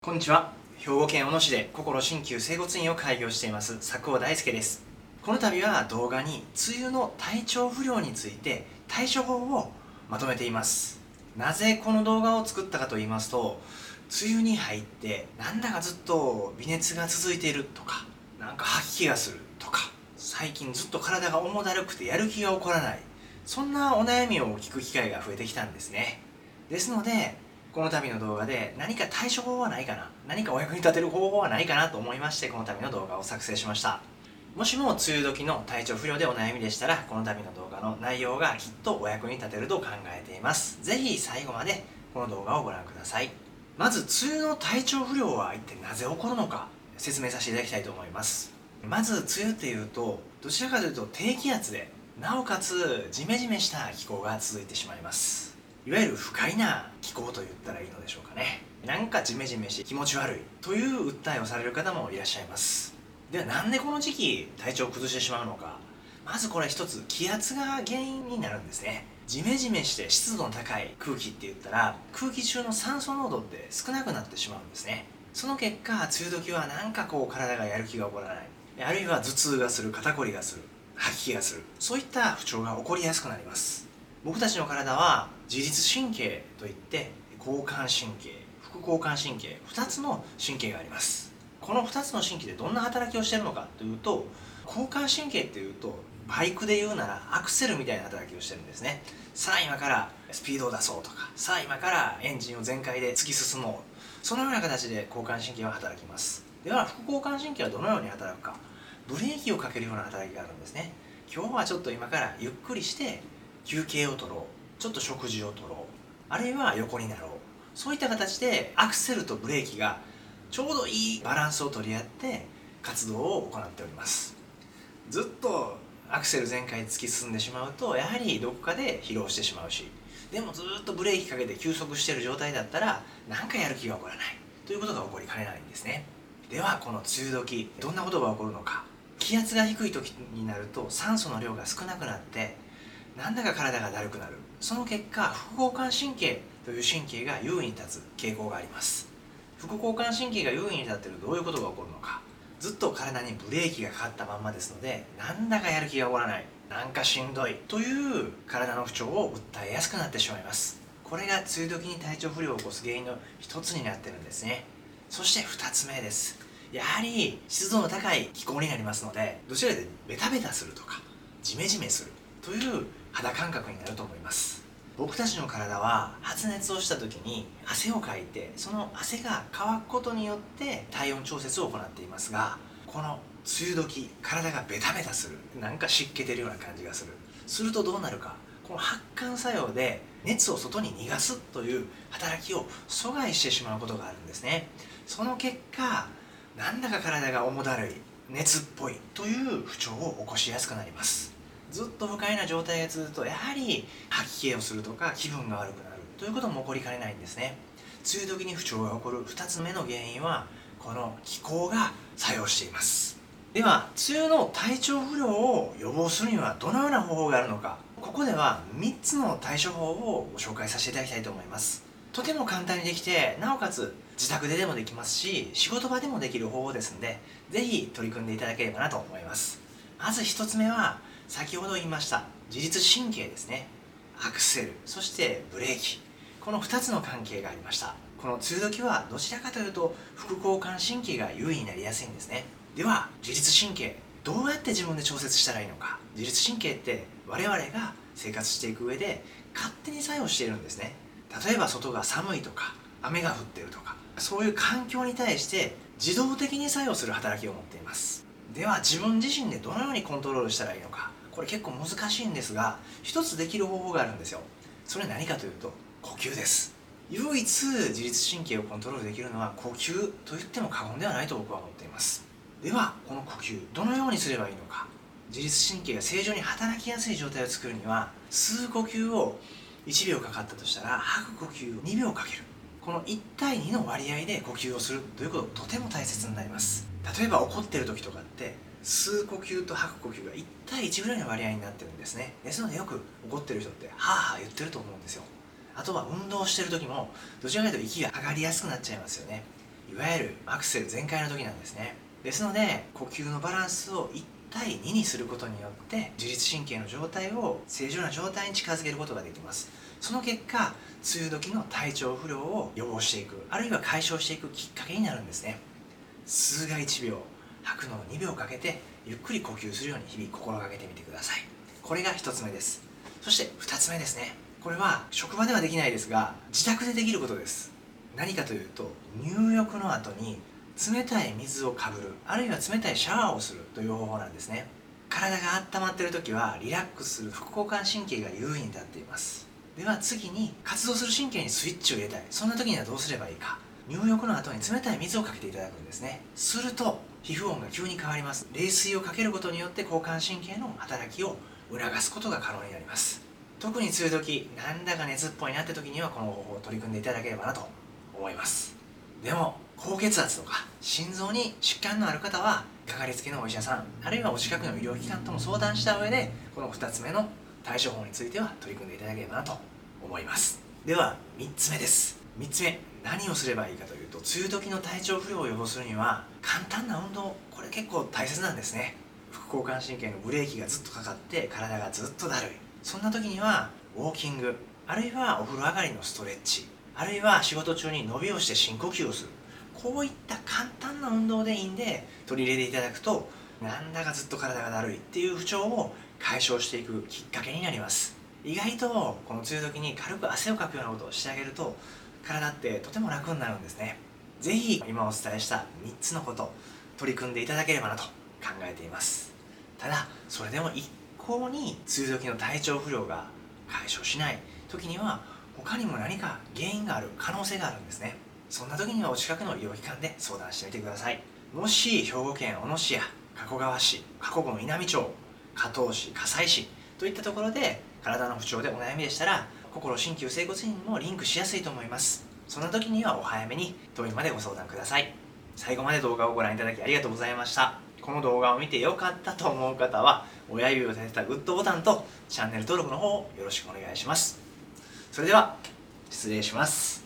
こんにちは。兵庫県小野市で心鍼灸整骨院を開業しています佐久尾大輔です。この度は動画に梅雨の体調不良について対処法をまとめています。なぜこの動画を作ったかと言いますと、梅雨に入ってなんだかずっと微熱が続いているとか、なんか吐き気がするとか、最近ずっと体が重だるくてやる気が起こらない、そんなお悩みを聞く機会が増えてきたんですね。ですのでこの度の動画で何か対処法はないかな、何かお役に立てる方法はないかなと思いまして、この度の動画を作成しました。もしも梅雨時の体調不良でお悩みでしたら、この度の動画の内容がきっとお役に立てると考えています。ぜひ最後までこの動画をご覧ください。まず梅雨の体調不良は一体なぜ起こるのか説明させていただきたいと思います。まず梅雨っていうと、どちらかというと低気圧で、なおかつジメジメした気候が続いてしまいます。いわゆる不快な気候と言ったらいいのでしょうかね。なんかジメジメして気持ち悪いという訴えをされる方もいらっしゃいます。ではなんでこの時期体調を崩してしまうのか。まずこれ一つ、気圧が原因になるんですね。ジメジメして湿度の高い空気って言ったら、空気中の酸素濃度って少なくなってしまうんですね。その結果、梅雨時はなんか体がやる気が起こらない、あるいは頭痛がする、肩こりがする、吐き気がする、そういった不調が起こりやすくなります。僕たちの体は自律神経といって、交感神経、副交感神経、2つの神経があります。この2つの神経でどんな働きをしているのかというと、交感神経っていうとバイクで言うならアクセルみたいな働きをしてるんですね。さあ今からスピードを出そうとか、さあ今からエンジンを全開で突き進もう、そのような形で交感神経は働きます。では副交感神経はどのように働くか。ブレーキをかけるような働きがあるんですね。今日はちょっと今からゆっくりして休憩を取ろう、ちょっと食事を取ろう、あるいは横になろう、そういった形でアクセルとブレーキがちょうどいいバランスを取り合って活動を行っております。ずっとアクセル全開突き進んでしまうと、やはりどこかで疲労してしまうし、でもずっとブレーキかけて休息している状態だったら、なんかやる気が起こらないということが起こりかねないんですね。ではこの梅雨時どんなことが起こるのか。気圧が低い時になると酸素の量が少なくなって、なんだか体がだるくなる。その結果、副交感神経という神経が優位に立つ傾向があります。副交感神経が優位に立っているとどういうことが起こるのか。ずっと体にブレーキがかかったまんまですので、なんだかやる気が起こらない、なんかしんどいという体の不調を訴えやすくなってしまいます。これが梅雨時に体調不良を起こす原因の一つになっているんですね。そして2つ目です。やはり湿度の高い気候になりますので、どちらでベタベタするとかジメジメするという肌感覚になると思います。僕たちの体は発熱をした時に汗をかいて、その汗が乾くことによって体温調節を行っていますが、この梅雨時体がベタベタする、なんか湿気てるような感じがするとどうなるか。この発汗作用で熱を外に逃がすという働きを阻害してしまうことがあるんですね。その結果、なんだか体が重だるい、熱っぽいという不調を起こしやすくなります。ずっと不快な状態が続くと、やはり吐き気をするとか気分が悪くなるということも起こりかねないんですね。梅雨時に不調が起こる2つ目の原因は、この気候が作用しています。では梅雨の体調不良を予防するにはどのような方法があるのか。ここでは3つの対処法をご紹介させていただきたいと思います。とても簡単にできて、なおかつ自宅でもできますし、仕事場でもできる方法ですので、ぜひ取り組んでいただければなと思います。まず1つ目は、先ほど言いました自律神経ですね。アクセル、そしてブレーキ、この2つの関係がありました。この梅雨時はどちらかというと副交感神経が優位になりやすいんですね。では自律神経、どうやって自分で調節したらいいのか。自律神経って我々が生活していく上で勝手に作用しているんですね。例えば外が寒いとか雨が降っているとか、そういう環境に対して自動的に作用する働きを持っています。では自分自身でどのようにコントロールしたらいいのか。これ結構難しいんですが、一つできる方法があるんですよ。それは何かというと呼吸です。唯一自律神経をコントロールできるのは呼吸と言っても過言ではないと僕は思っています。ではこの呼吸どのようにすればいいのか。自律神経が正常に働きやすい状態を作るには、吸う呼吸を1秒かかったとしたら、吐く呼吸を2秒かける、この1対2の割合で呼吸をするということがとても大切になります。例えば怒ってる時とかって吸う呼吸と吐く呼吸が1対1ぐらいの割合になってるんですね。ですのでよく怒ってる人ってはぁはぁ言ってると思うんですよ。あとは運動してる時もどちらかというと息が上がりやすくなっちゃいますよね。 いわゆるアクセル全開の時なんですね。ですので呼吸のバランスを1対2にすることによって自律神経の状態を正常な状態に近づけることができます。その結果梅雨時の体調不良を予防していく、あるいは解消していくきっかけになるんですね。吸うが1秒、吐くのを2秒かけてゆっくり呼吸するように日々心がけてみてください。これが1つ目です。そして2つ目ですね。これは職場ではできないですが自宅でできることです。何かというと、入浴の後に冷たい水をかぶる、あるいは冷たいシャワーをするという方法なんですね。体が温まっている時はリラックスする副交感神経が優位に立っています。では次に活動する神経にスイッチを入れたい、そんな時にはどうすればいいか。入浴の後に冷たい水をかけていただくんですね。すると皮膚温が急に変わります。冷水をかけることによって交感神経の働きを促すことが可能になります。特に梅雨時、なんだか熱っぽいなって時にはこの方法を取り組んでいただければなと思います。でも高血圧とか心臓に疾患のある方はかかりつけのお医者さん、あるいはお近くの医療機関とも相談した上でこの2つ目の対処法については取り組んでいただければなと思います。では3つ目です。3つ目、何をすればいいかというと、梅雨時の体調不良を予防するには簡単な運動、これ結構大切なんですね。副交感神経のブレーキがずっとかかって体がずっとだるい、そんな時にはウォーキング、あるいはお風呂上がりのストレッチ、あるいは仕事中に伸びをして深呼吸をする、こういった簡単な運動でいいんで取り入れていただくと、なんだかずっと体がだるいっていう不調を解消していくきっかけになります。意外とこの梅雨時に軽く汗をかくようなことをしてあげると体ってとても楽になるんですね。ぜひ今お伝えした3つのこと取り組んでいただければなと考えています。ただそれでも一向に梅雨時の体調不良が解消しない時には他にも何か原因がある可能性があるんですね。そんな時にはお近くの医療機関で相談してみてください。もし兵庫県小野市や加古川市、加古郡稲美町、加東市、加西市といったところで体の不調でお悩みでしたら、心鍼灸整骨院にもリンクしやすいと思います。そんな時にはお早めに当院までご相談ください。最後まで動画をご覧いただきありがとうございました。この動画を見て良かったと思う方は親指を立てたグッドボタンとチャンネル登録の方をよろしくお願いします。それでは失礼します。